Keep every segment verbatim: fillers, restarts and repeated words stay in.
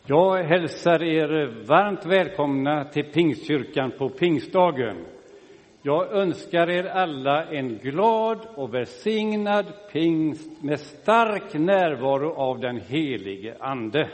Jag hälsar er varmt välkomna till Pingstkyrkan på Pingstdagen. Jag önskar er alla en glad och välsignad pingst med stark närvaro av den helige Ande.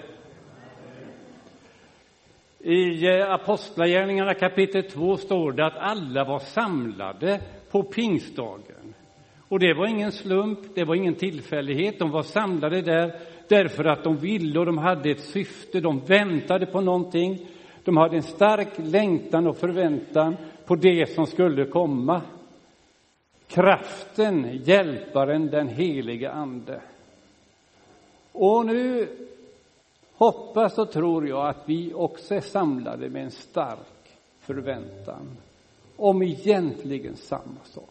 I Apostlagärningarna kapitel två står det att alla var samlade på Pingstdagen. Och det var ingen slump, det var ingen tillfällighet. De var samlade där därför att de ville och de hade ett syfte. De väntade på någonting. De hade en stark längtan och förväntan på det som skulle komma. Kraften, hjälparen, den helige Ande. Och nu hoppas och tror jag att vi också är samlade med en stark förväntan om egentligen samma sak.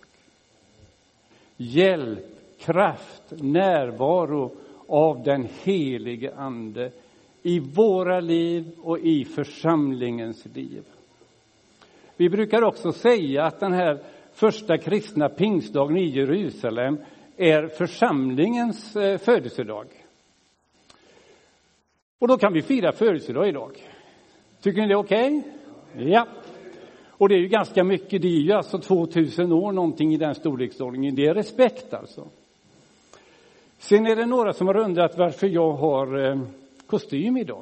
Hjälp, kraft, närvaro av den helige Ande i våra liv och i församlingens liv. Vi brukar också säga att den här första kristna pingstdagen i Jerusalem är församlingens födelsedag. Och då kan vi fira födelsedag idag. Tycker ni det är okej? Okay? Ja. Och det är ju ganska mycket, det är ju alltså tvåtusen år någonting i den storleksordningen. Det är respekt alltså. Sen är det några som har undrat varför jag har eh, kostym idag.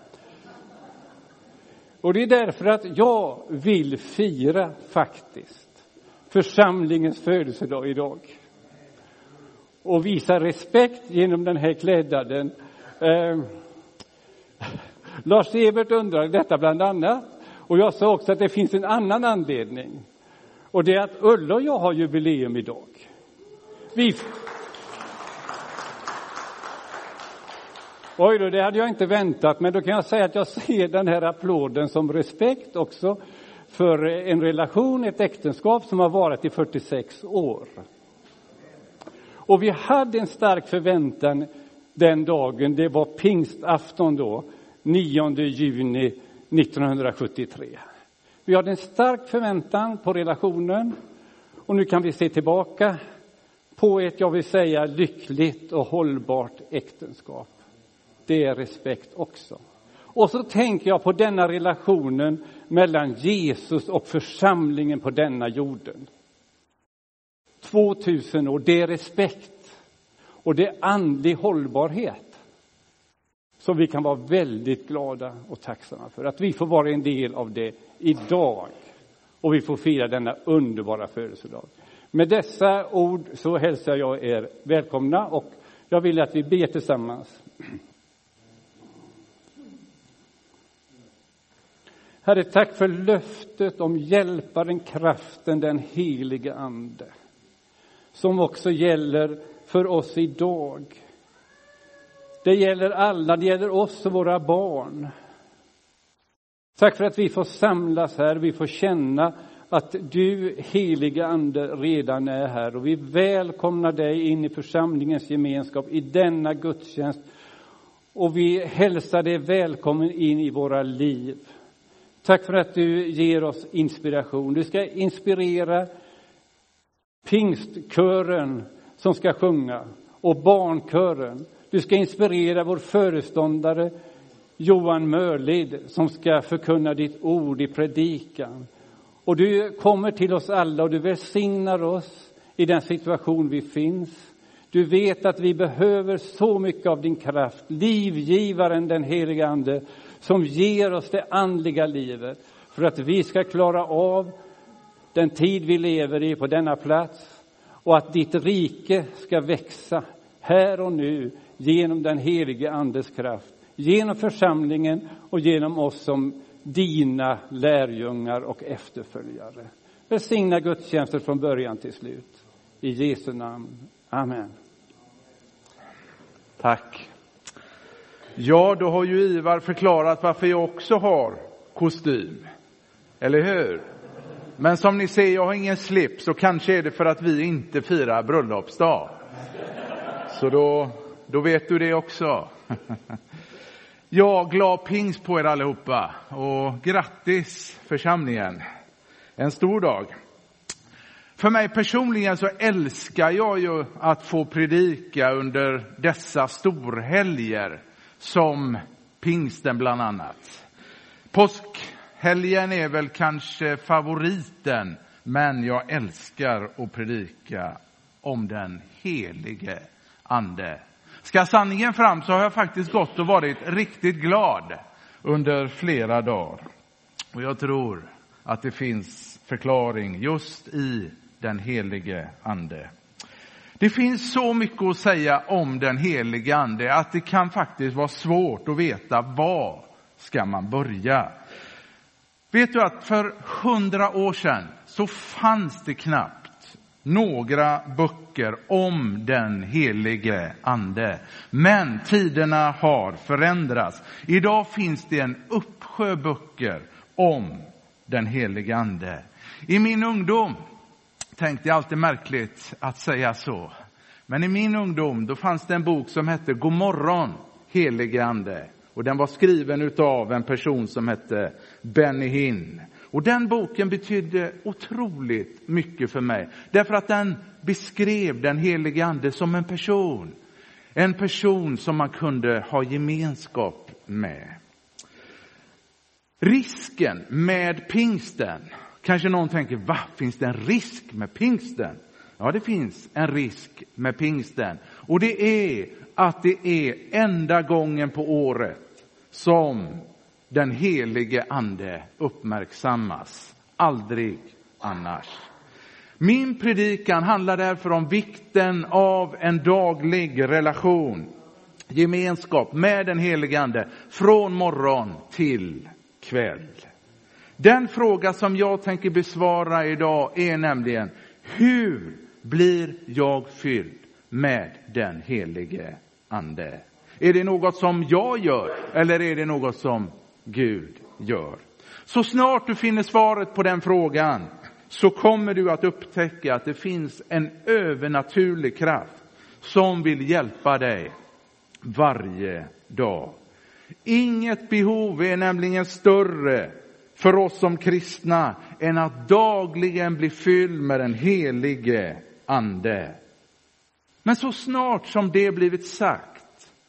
Och det är därför att jag vill fira faktiskt församlingens födelsedag idag. Och visa respekt genom den här klädnaden. Eh, Lars Evert undrar detta bland annat. Och jag sa också att det finns en annan anledning. Och det är att Ulla och jag har jubileum idag. Vi... Oj då, det hade jag inte väntat. Men då kan jag säga att jag ser den här applåden som respekt också för en relation, ett äktenskap som har varit i fyrtiosex år. Och vi hade en stark förväntan den dagen. Det var pingstafton då, nionde juni nittonhundrasjuttiotre. Vi hade en stark förväntan på relationen. Och nu kan vi se tillbaka på ett, jag vill säga, lyckligt och hållbart äktenskap. Det är respekt också. Och så tänker jag på denna relationen mellan Jesus och församlingen på denna jorden. tvåtusen år, det är respekt. Och det är andlig hållbarhet. Som vi kan vara väldigt glada och tacksamma för. Att vi får vara en del av det idag. Och vi får fira denna underbara födelsedag. Med dessa ord så hälsar jag er välkomna. Och jag vill att vi ber tillsammans. Herre, tack för löftet om hjälparen, kraften, den helige Ande. Som också gäller för oss idag. Det gäller alla, det gäller oss och våra barn. Tack för att vi får samlas här, vi får känna att du, heliga Ande, redan är här. Och vi välkomnar dig in i församlingens gemenskap i denna gudstjänst. Och vi hälsar dig välkommen in i våra liv. Tack för att du ger oss inspiration. Du ska inspirera pingstkören som ska sjunga och barnkören. Du ska inspirera vår föreståndare Johan Mörlid som ska förkunna ditt ord i predikan. Och du kommer till oss alla och du välsignar oss i den situation vi finns. Du vet att vi behöver så mycket av din kraft, livgivaren den heliga Ande som ger oss det andliga livet för att vi ska klara av den tid vi lever i på denna plats och att ditt rike ska växa här och nu genom den helige Andes kraft, genom församlingen och genom oss som dina lärjungar och efterföljare. Välsigna gudstjänsten från början till slut. I Jesu namn. Amen. Tack. Ja, då har ju Ivar förklarat varför jag också har kostym. Eller hur? Men som ni ser, jag har ingen slips, så kanske är det för att vi inte firar bröllopsdag. Så då, då vet du det också. Ja, glad pingst på er allihopa. Och grattis församlingen. En stor dag. För mig personligen så älskar jag ju att få predika under dessa storhelger som pingsten bland annat. Påskhelgen är väl kanske favoriten, men jag älskar att predika om den helige ande. Ska sanningen fram så har jag faktiskt gått och varit riktigt glad under flera dagar. Och jag tror att det finns förklaring just i den helige ande. Det finns så mycket att säga om den helige ande att det kan faktiskt vara svårt att veta var ska man börja. Vet du att för hundra år sedan så fanns det knappt några böcker om den helige ande. Men tiderna har förändrats. Idag finns det en uppsjö böcker om den helige ande. I min ungdom tänkte jag alltid märkligt att säga så. Men i min ungdom då fanns det en bok som hette God morgon helige ande. Och den var skriven utav en person som hette Benny Hinn. Och den boken betydde otroligt mycket för mig. Därför att den beskrev den helige ande som en person. En person som man kunde ha gemenskap med. Risken med pingsten. Kanske någon tänker, va? Finns det en risk med pingsten? Ja, det finns en risk med pingsten. Och det är att det är enda gången på året som den helige ande uppmärksammas. Aldrig annars. Min predikan handlar därför om vikten av en daglig relation, gemenskap med den helige ande från morgon till kväll. Den fråga som jag tänker besvara idag är nämligen: hur blir jag fylld med den helige ande? Är det något som jag gör eller är det något som Gud gör? Så snart du finner svaret på den frågan så kommer du att upptäcka att det finns en övernaturlig kraft som vill hjälpa dig varje dag. Inget behov är nämligen större för oss som kristna än att dagligen bli fylld med den helige ande. Men så snart som det blivit sagt,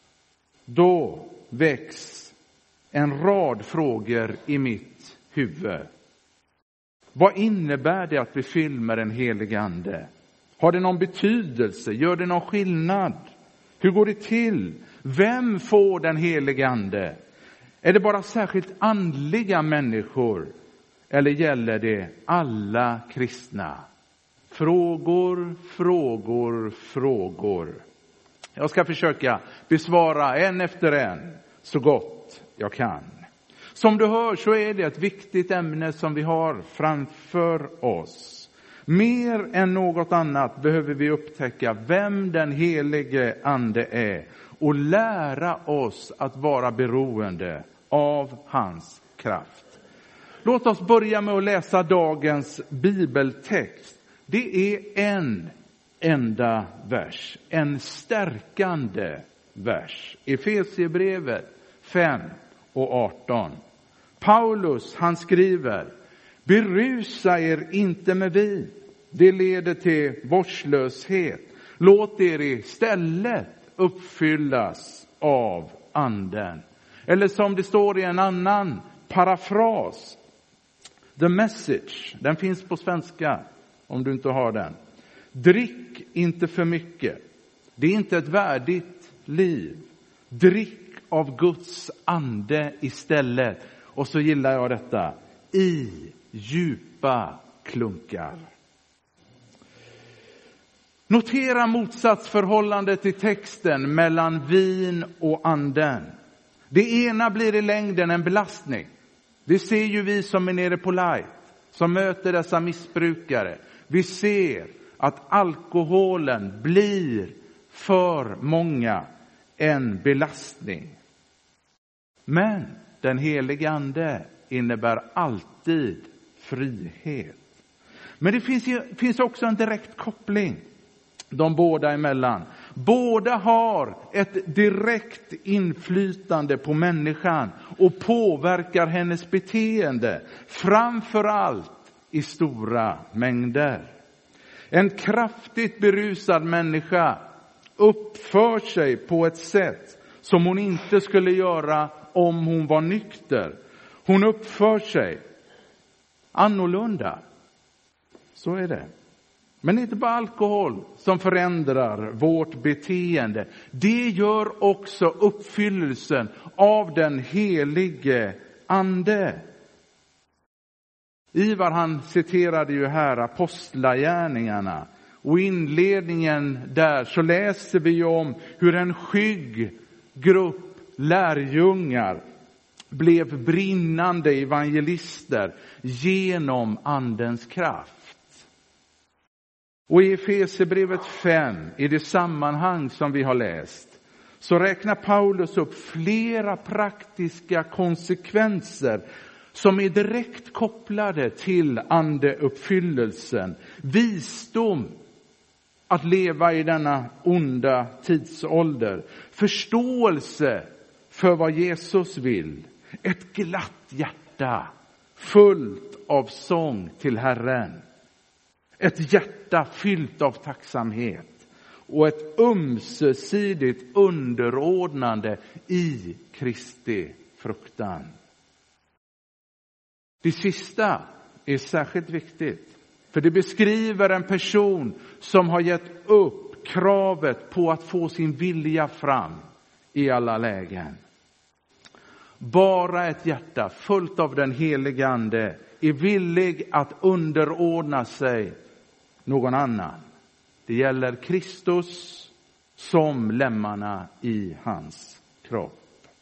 då väcks en rad frågor i mitt huvud. Vad innebär det att bli fylld med den helige ande? Har det någon betydelse? Gör det någon skillnad? Hur går det till? Vem får den helige ande? Är det bara särskilt andliga människor? Eller gäller det alla kristna? Frågor, frågor, frågor. Jag ska försöka besvara en efter en så gott jag kan. Som du hör så är det ett viktigt ämne som vi har framför oss. Mer än något annat behöver vi upptäcka vem den helige ande är och lära oss att vara beroende av hans kraft. Låt oss börja med att läsa dagens bibeltext. Det är en enda vers, en stärkande vers. Efesierbrevet fem och arton. Paulus han skriver: berusa er inte med vin, det leder till vårdslöshet. Låt er istället uppfyllas av anden. Eller som det står i en annan parafras, The Message, den finns på svenska om du inte har den. Drick inte för mycket, det är inte ett värdigt liv. Drick av Guds ande istället. Och så gillar jag detta: i djupa klunkar. Notera motsatsförhållandet i texten mellan vin och anden. Det ena blir i längden en belastning. Det ser ju vi som är nere på Light, som möter dessa missbrukare. Vi ser att alkoholen blir för många en belastning. Men den helige ande innebär alltid frihet. Men det finns, ju, finns också en direkt koppling de båda emellan. Båda har ett direkt inflytande på människan och påverkar hennes beteende, framför allt i stora mängder. En kraftigt berusad människa uppför sig på ett sätt som hon inte skulle göra om hon var nykter. Hon uppför sig annorlunda. Så är det. Men det är inte bara alkohol som förändrar vårt beteende. Det gör också uppfyllelsen av den helige ande. Ivar han citerade ju här apostlagärningarna. Och i inledningen där så läser vi om hur en skygg grupp lärjungar blev brinnande evangelister genom andens kraft. Och i Efesierbrevet fem, i det sammanhang som vi har läst, så räknar Paulus upp flera praktiska konsekvenser som är direkt kopplade till andeuppfyllelsen. Visdom att leva i denna onda tidsålder. Förståelse för vad Jesus vill. Ett glatt hjärta fullt av sång till Herren. Ett hjärta fyllt av tacksamhet. Och ett ömsesidigt underordnande i Kristi fruktan. Det sista är särskilt viktigt. För det beskriver en person som har gett upp kravet på att få sin vilja fram i alla lägen. Bara ett hjärta fullt av den helige ande är villig att underordna sig någon annan. Det gäller Kristus som lemmarna i hans kropp.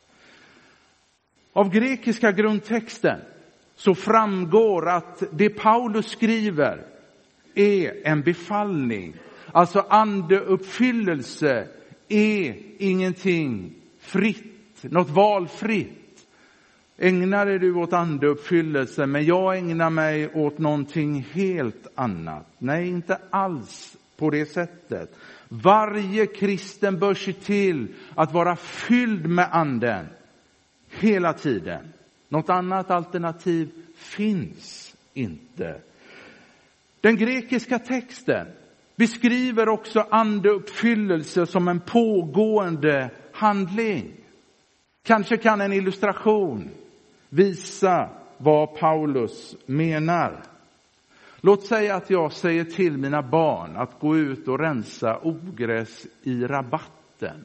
Av grekiska grundtexten så framgår att det Paulus skriver är en befallning. Alltså andeuppfyllelse är ingenting fritt, något valfritt. Ägnar dig du åt andeuppfyllelse, men jag ägnar mig åt någonting helt annat. Nej, inte alls på det sättet. Varje kristen bör se till att vara fylld med anden hela tiden. Något annat alternativ finns inte. Den grekiska texten beskriver också andeuppfyllelse som en pågående handling. Kanske kan en illustration visa vad Paulus menar. Låt säga att jag säger till mina barn att gå ut och rensa ogräs i rabatten.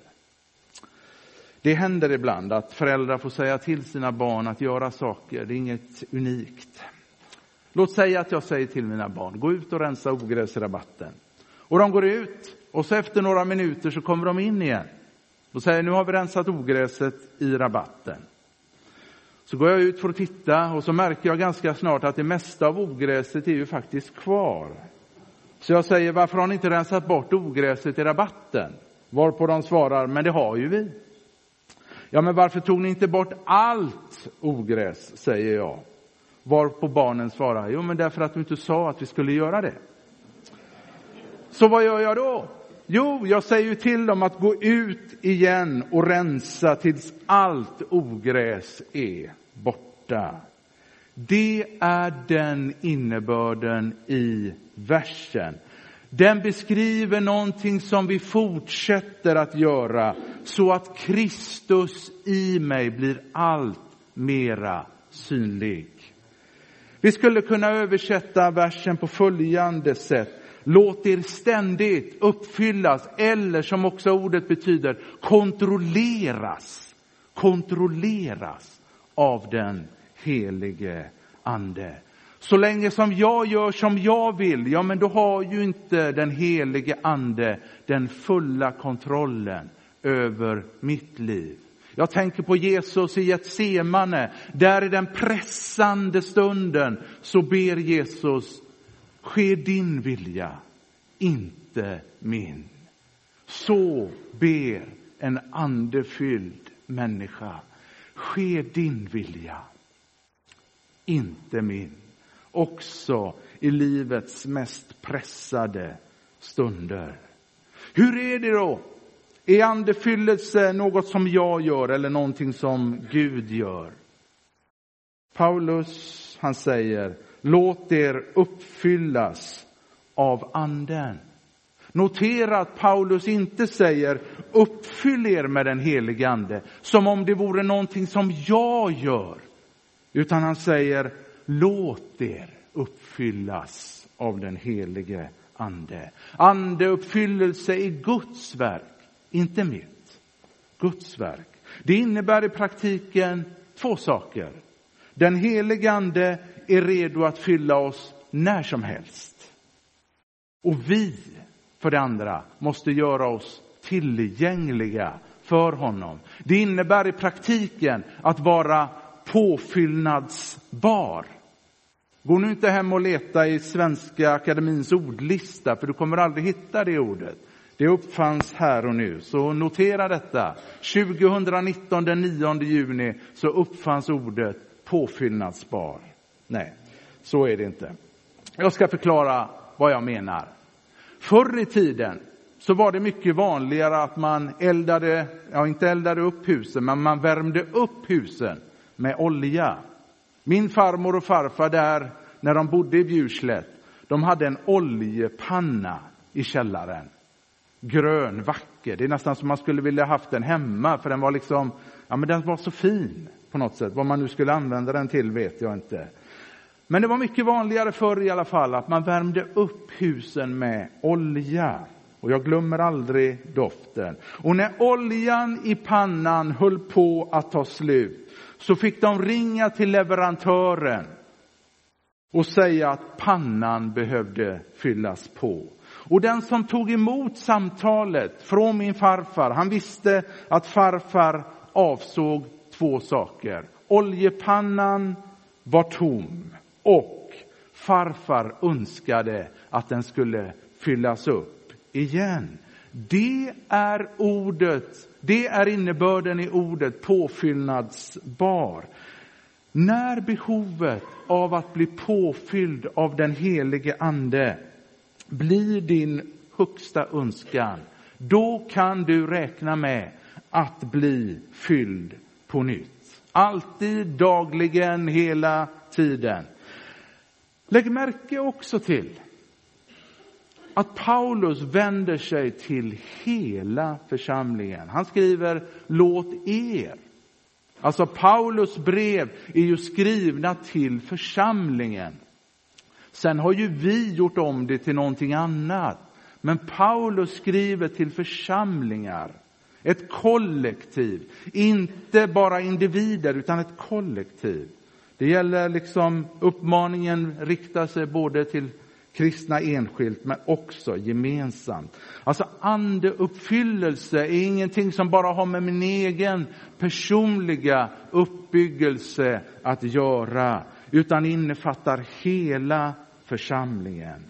Det händer ibland att föräldrar får säga till sina barn att göra saker. Det är inget unikt. Låt säga att jag säger till mina barn, gå ut och rensa ogräs i rabatten. Och de går ut och så efter några minuter så kommer de in igen. Och säger, nu har vi rensat ogräset i rabatten. Så går jag ut för att titta och så märker jag ganska snart att det mesta av ogräset är ju faktiskt kvar. Så jag säger, varför har ni inte rensat bort ogräset i rabatten? Varpå de svarar, men det har ju vi. Ja, men varför tog ni inte bort allt ogräs, säger jag. Varpå barnen svarar, jo men därför att du inte sa att vi skulle göra det. Så vad gör jag då? Jo, jag säger ju till dem att gå ut igen och rensa tills allt ogräs är borta. Det är den innebörden i versen. Den beskriver någonting som vi fortsätter att göra så att Kristus i mig blir allt mera synlig. Vi skulle kunna översätta versen på följande sätt. Låt er ständigt uppfyllas, eller som också ordet betyder, kontrolleras. Kontrolleras av den helige ande. Så länge som jag gör som jag vill, ja men då har ju inte den helige ande den fulla kontrollen över mitt liv. Jag tänker på Jesus i Getsemane. Där i den pressande stunden så ber Jesus, ske din vilja, inte min. Så ber en andefylld människa. Ske din vilja, inte min. Också i livets mest pressade stunder. Hur är det då? Är andefyllelse något som jag gör eller någonting som Gud gör? Paulus, han säger, låt er uppfyllas av anden. Notera att Paulus inte säger uppfyll er med den helige ande som om det vore någonting som jag gör. Utan han säger låt er uppfyllas av den helige ande. Andeuppfyllelse är Guds verk, inte mitt. Guds verk. Det innebär i praktiken två saker. Den helige ande är redo att fylla oss när som helst. Och vi, för det andra, måste göra oss tillgängliga för honom. Det innebär i praktiken att vara påfyllnadsbar. Gå nu inte hem och leta i Svenska Akademins ordlista, för du kommer aldrig hitta det ordet. Det uppfanns här och nu, så notera detta. tjugonitton, den nionde juni, så uppfanns ordet påfyllnadsbar. Nej, så är det inte. Jag ska förklara vad jag menar. Förr i tiden så var det mycket vanligare att man eldade, ja inte eldade upp husen, men man värmde upp husen med olja. Min farmor och farfar där, när de bodde i Bjurslätt, de hade en oljepanna i källaren. Grön, vacker. Det är nästan som man skulle vilja haft den hemma, för den var liksom, ja men den var så fin på något sätt. Vad man nu skulle använda den till vet jag inte. Men det var mycket vanligare förr i alla fall att man värmde upp husen med olja. Och jag glömmer aldrig doften. Och när oljan i pannan höll på att ta slut, så fick de ringa till leverantören och säga att pannan behövde fyllas på. Och den som tog emot samtalet från min farfar, han visste att farfar avsåg två saker. Oljepannan var tom och farfar önskade att den skulle fyllas upp igen. Det är ordet, det är innebörden i ordet påfyllnadsbar. När behovet av att bli påfylld av den helige ande blir din högsta önskan, då kan du räkna med att bli fylld på nytt. Alltid, dagligen, hela tiden. Lägg märke också till att Paulus vänder sig till hela församlingen. Han skriver låt er. Alltså Paulus brev är ju skrivna till församlingen. Sen har ju vi gjort om det till någonting annat. Men Paulus skriver till församlingar. Ett kollektiv. Inte bara individer utan ett kollektiv. Det gäller liksom, uppmaningen riktar sig både till kristna enskilt men också gemensamt. Alltså andeuppfyllelse är ingenting som bara har med min egen personliga uppbyggelse att göra, utan innefattar hela församlingen.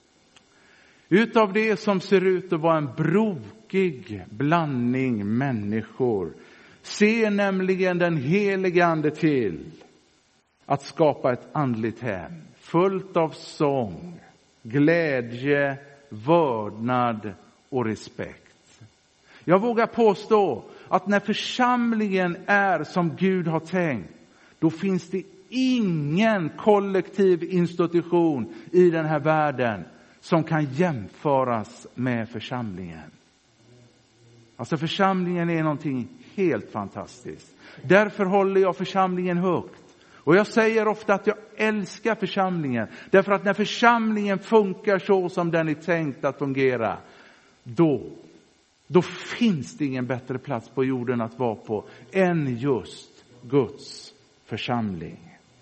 Utav det som ser ut att vara en brokig blandning människor ser nämligen den helige ande till att skapa ett andligt hem fullt av sång, glädje, vördnad och respekt. Jag vågar påstå att när församlingen är som Gud har tänkt, då finns det ingen kollektiv institution i den här världen som kan jämföras med församlingen. Alltså församlingen är någonting helt fantastiskt. Därför håller jag församlingen högt. Och jag säger ofta att jag älskar församlingen. Därför att när församlingen funkar så som den är tänkt att fungera, då, då finns det ingen bättre plats på jorden att vara på än just Guds församling.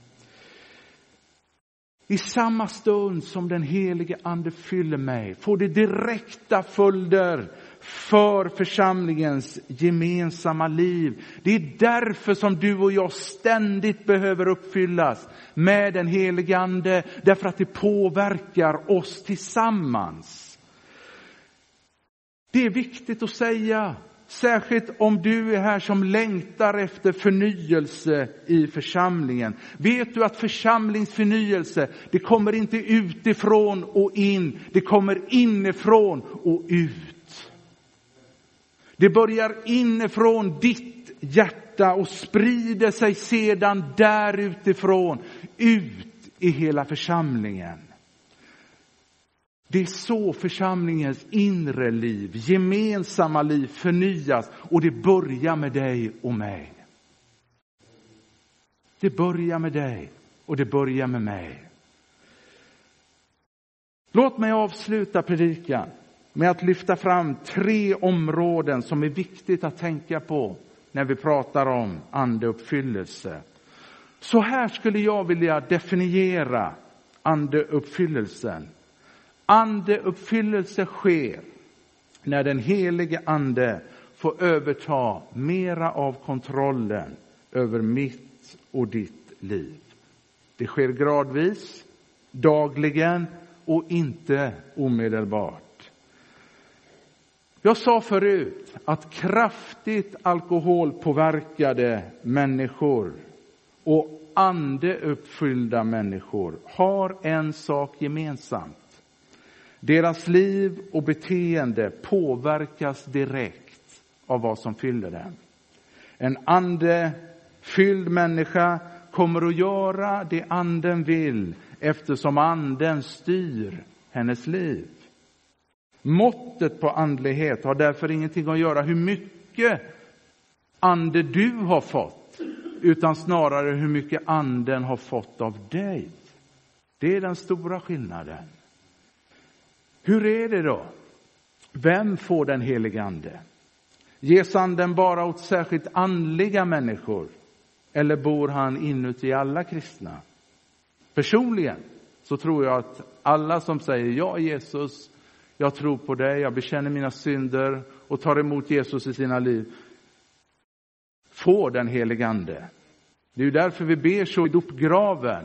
I samma stund som den helige ande fyller mig får det direkta följder för församlingens gemensamma liv. Det är därför som du och jag ständigt behöver uppfyllas med den helige ande. Därför att det påverkar oss tillsammans. Det är viktigt att säga. Särskilt om du är här som längtar efter förnyelse i församlingen. Vet du att församlingsförnyelse, det kommer inte utifrån och in. Det kommer inifrån och ut. Det börjar inifrån ditt hjärta och sprider sig sedan där utifrån ut i hela församlingen. Det är så församlingens inre liv, gemensamma liv förnyas. Och det börjar med dig och mig. Det börjar med dig och det börjar med mig. Låt mig avsluta predikan med att lyfta fram tre områden som är viktigt att tänka på när vi pratar om andeuppfyllelse. Så här skulle jag vilja definiera andeuppfyllelsen. Andeuppfyllelse sker när den helige ande får överta mera av kontrollen över mitt och ditt liv. Det sker gradvis, dagligen och inte omedelbart. Jag sa förut att kraftigt alkoholpåverkade människor och andeuppfyllda människor har en sak gemensamt. Deras liv och beteende påverkas direkt av vad som fyller dem. En andefylld människa kommer att göra det anden vill eftersom anden styr hennes liv. Måttet på andlighet har därför ingenting att göra hur mycket ande du har fått, utan snarare hur mycket anden har fått av dig. Det är den stora skillnaden. Hur är det då? Vem får den helige ande? Ges anden bara åt särskilt andliga människor? Eller bor han inuti alla kristna? Personligen så tror jag att alla som säger ja Jesus, jag tror på dig, jag bekänner mina synder och tar emot Jesus i sina liv, får den helige ande. Det är ju därför vi ber så i dopgraven.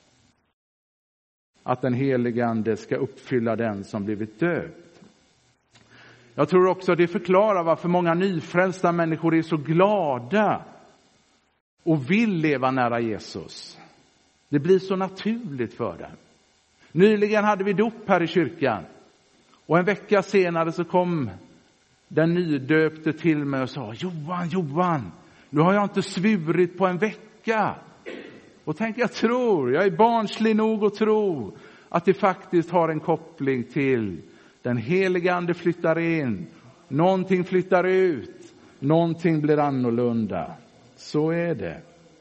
Att den helige ande ska uppfylla den som blivit döpt. Jag tror också det förklarar varför många nyfrälsta människor är så glada och vill leva nära Jesus. Det blir så naturligt för dem. Nyligen hade vi dop här i kyrkan. Och en vecka senare så kom den nydöpte till mig och sa: Johan, Johan, nu har jag inte svurit på en vecka. Och tänk, jag tror, jag är barnslig nog att tro att det faktiskt har en koppling till den heliga ande flyttar in. Någonting flyttar ut. Någonting blir annorlunda. Så är det.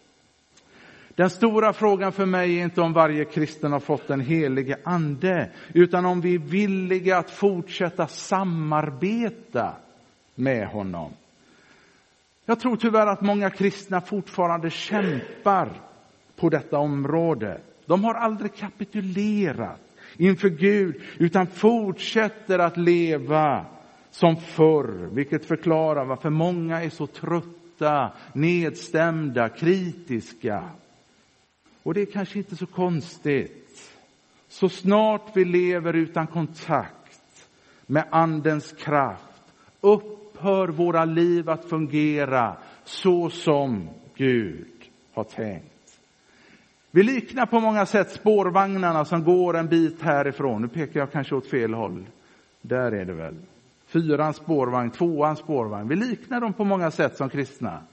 Den stora frågan för mig är inte om varje kristen har fått den helige ande, utan om vi är villiga att fortsätta samarbeta med honom. Jag tror tyvärr att många kristna fortfarande kämpar på detta område. De har aldrig kapitulerat inför Gud, utan fortsätter att leva som förr, vilket förklarar varför många är så trötta, nedstämda, kritiska. Och det är kanske inte så konstigt. Så snart vi lever utan kontakt med andens kraft upphör våra liv att fungera så som Gud har tänkt. Vi liknar på många sätt spårvagnarna som går en bit härifrån. Nu pekar jag kanske åt fel håll. Där är det väl. Fyran spårvagn, tvåan spårvagn. Vi liknar dem på många sätt som kristna.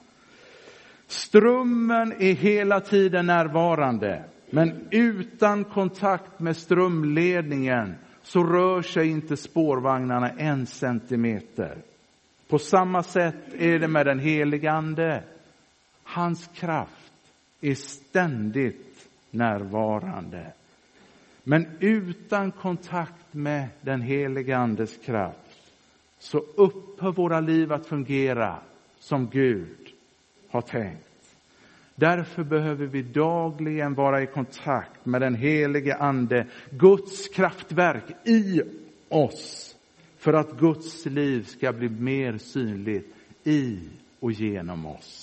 Strömmen är hela tiden närvarande. Men utan kontakt med strömledningen så rör sig inte spårvagnarna en centimeter. På samma sätt är det med den helige ande. Hans kraft är ständigt närvarande. Men utan kontakt med den helige andes kraft så upphör våra liv att fungera som Gud har tänkt. Därför behöver vi dagligen vara i kontakt med den helige ande, Guds kraftverk i oss, för att Guds liv ska bli mer synligt i och genom oss.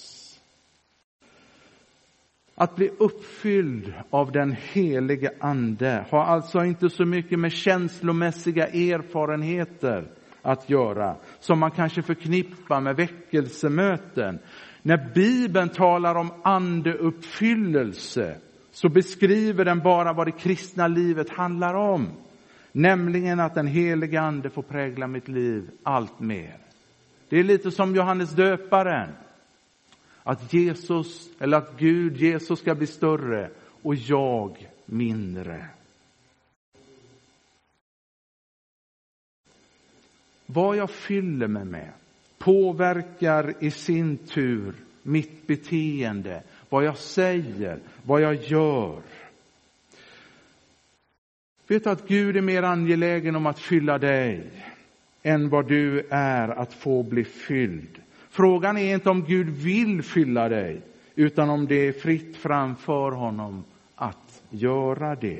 Att bli uppfylld av den helige ande har alltså inte så mycket med känslomässiga erfarenheter att göra som man kanske förknippar med väckelsemöten. När Bibeln talar om andeuppfyllelse så beskriver den bara vad det kristna livet handlar om. Nämligen att den helige ande får prägla mitt liv allt mer. Det är lite som Johannes döparen. Att Jesus, eller att Gud, Jesus ska bli större och jag mindre. vad jag fyller mig med påverkar i sin tur mitt beteende, vad jag säger, vad jag gör. Vet du att Gud är mer angelägen om att fylla dig än vad du är att få bli fylld? Frågan är inte om Gud vill fylla dig, utan om det är fritt framför honom att göra det.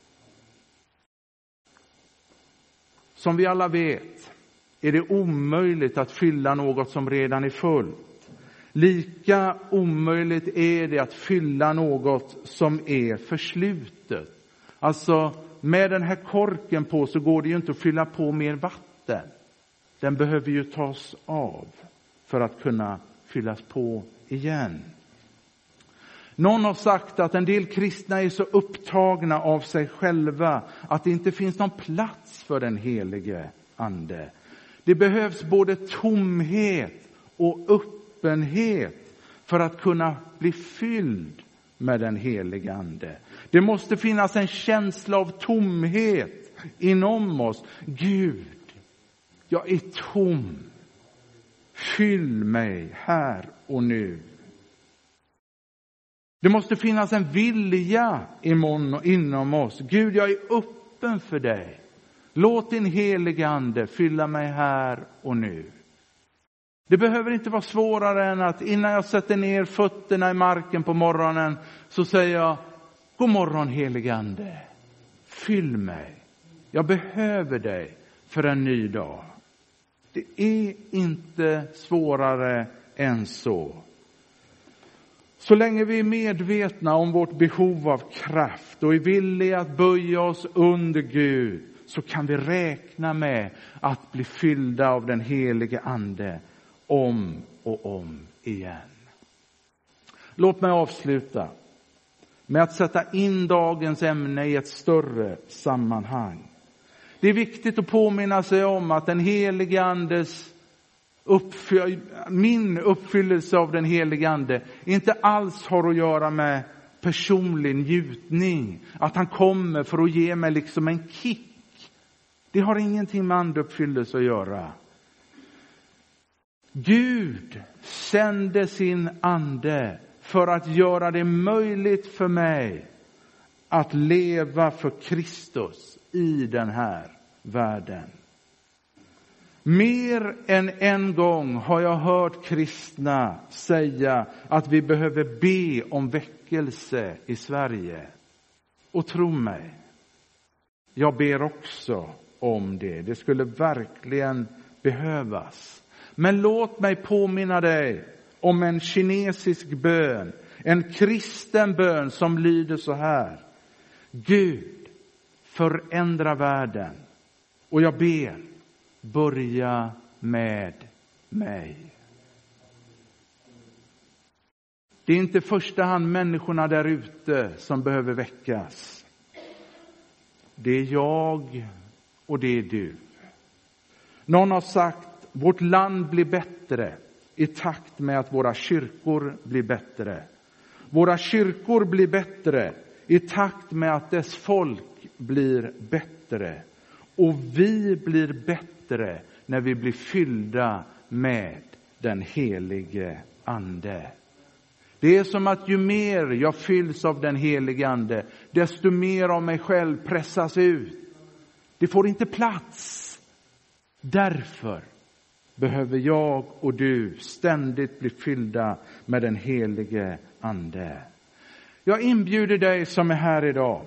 Som vi alla vet är det omöjligt att fylla något som redan är fullt. Lika omöjligt är det att fylla något som är förslutet. Alltså med den här korken på så går det ju inte att fylla på mer vatten. Den behöver ju tas av för att kunna fyllas på igen. Någon har sagt att en del kristna är så upptagna av sig själva att det inte finns någon plats för den helige ande. Det behövs både tomhet och öppenhet för att kunna bli fylld med den helige ande. Det måste finnas en känsla av tomhet inom oss. Gud, jag är tom. Fyll mig här och nu. Det måste finnas en vilja inom oss. Gud, jag är öppen för dig. Låt din helige ande fylla mig här och nu. Det behöver inte vara svårare än att innan jag sätter ner fötterna i marken på morgonen så säger jag: God morgon helige ande. Fyll mig. Jag behöver dig för en ny dag. Det är inte svårare än så. Så länge vi är medvetna om vårt behov av kraft och är villiga att böja oss under Gud, så kan vi räkna med att bli fyllda av den helige ande om och om igen. Låt mig avsluta med att sätta in dagens ämne i ett större sammanhang. Det är viktigt att påminna sig om att den helige andes uppfy- min uppfyllelse av den helige ande inte alls har att göra med personlig njutning. Att han kommer för att ge mig liksom en kick. Det har ingenting med andeuppfyllelse att göra. Gud sände sin ande för att göra det möjligt för mig att leva för Kristus i den här världen. Mer än en gång har jag hört kristna säga att vi behöver be om väckelse i Sverige. Och tro mig, jag ber också om det. Det skulle verkligen behövas. Men låt mig påminna dig om en kinesisk bön. En kristen bön som lyder så här: Gud, förändra världen. Och jag ber, börja med mig. Det är inte i första hand människorna där ute som behöver väckas. Det är jag och det är du. Någon har sagt: vårt land blir bättre i takt med att våra kyrkor blir bättre. Våra kyrkor blir bättre i takt med att dess folk blir bättre. Och vi blir bättre när vi blir fyllda med den helige ande. Det är som att ju mer jag fylls av den helige ande, desto mer av mig själv pressas ut. Det får inte plats. Därför behöver jag och du ständigt bli fyllda med den helige ande. Jag inbjuder dig som är här idag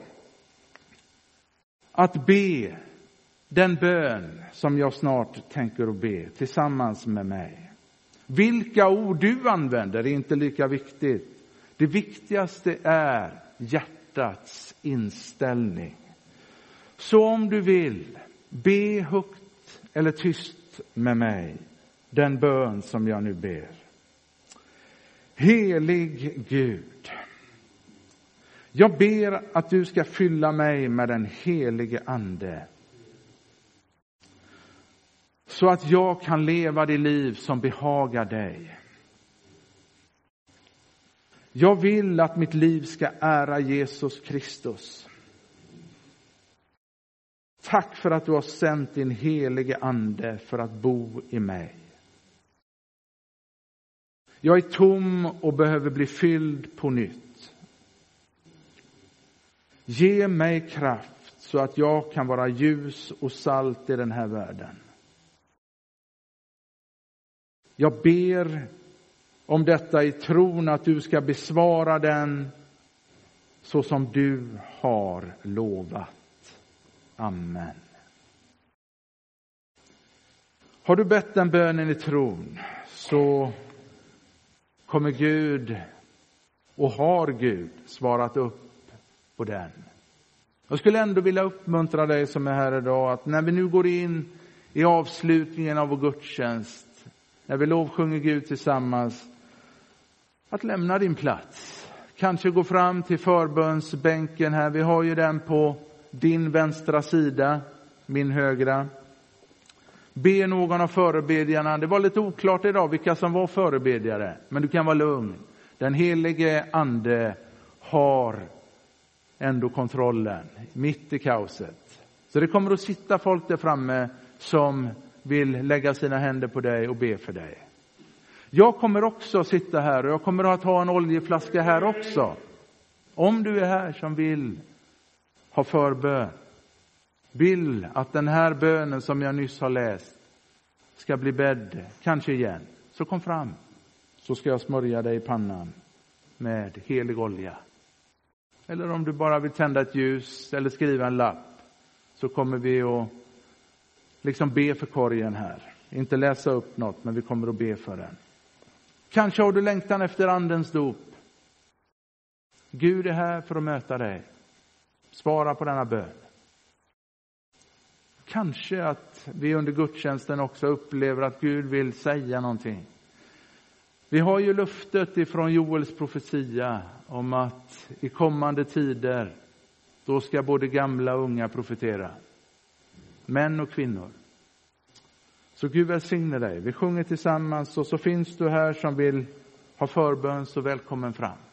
att be den bön som jag snart tänker att be tillsammans med mig. Vilka ord du använder är inte lika viktigt. Det viktigaste är hjärtats inställning. Så om du vill, be högt eller tyst med mig den bön som jag nu ber. Helig Gud, jag ber att du ska fylla mig med den helige ande, så att jag kan leva det liv som behagar dig. Jag vill att mitt liv ska ära Jesus Kristus. Tack för att du har sänt din helige ande för att bo i mig. Jag är tom och behöver bli fylld på nytt. Ge mig kraft så att jag kan vara ljus och salt i den här världen. Jag ber om detta i tron att du ska besvara den så som du har lovat. Amen. Har du bett den bönen i tron så kommer Gud och har Gud svarat upp på den. Jag skulle ändå vilja uppmuntra dig som är här idag att när vi nu går in i avslutningen av vår gudstjänst, när vi lovsjunger Gud tillsammans, att lämna din plats. Kanske gå fram till förbönsbänken här. Vi har ju den på din vänstra sida, min högra. Be någon av förebedjarna. Det var lite oklart idag vilka som var förebedjare. Men du kan vara lugn. Den helige ande har ändå kontrollen mitt i kaoset. Så det kommer att sitta folk där framme som vill lägga sina händer på dig och be för dig. Jag kommer också sitta här och jag kommer att ha en oljeflaska här också. Om du är här som vill ha förbön, vill att den här bönen som jag nyss har läst ska bli bädd, kanske igen, så kom fram. Så ska jag smörja dig i pannan med helig olja. Eller om du bara vill tända ett ljus eller skriva en lapp, så kommer vi att liksom be för korgen här. Inte läsa upp något, men vi kommer att be för den. Kanske har du längtan efter andens dop. Gud är här för att möta dig. Svara på denna bön. Kanske att vi under gudstjänsten också upplever att Gud vill säga någonting. Vi har ju luftet ifrån Joels profetia om att i kommande tider då ska både gamla och unga profetera. Män och kvinnor. Så Gud välsigne dig. Vi sjunger tillsammans och så finns du här som vill ha förbön, så välkommen fram.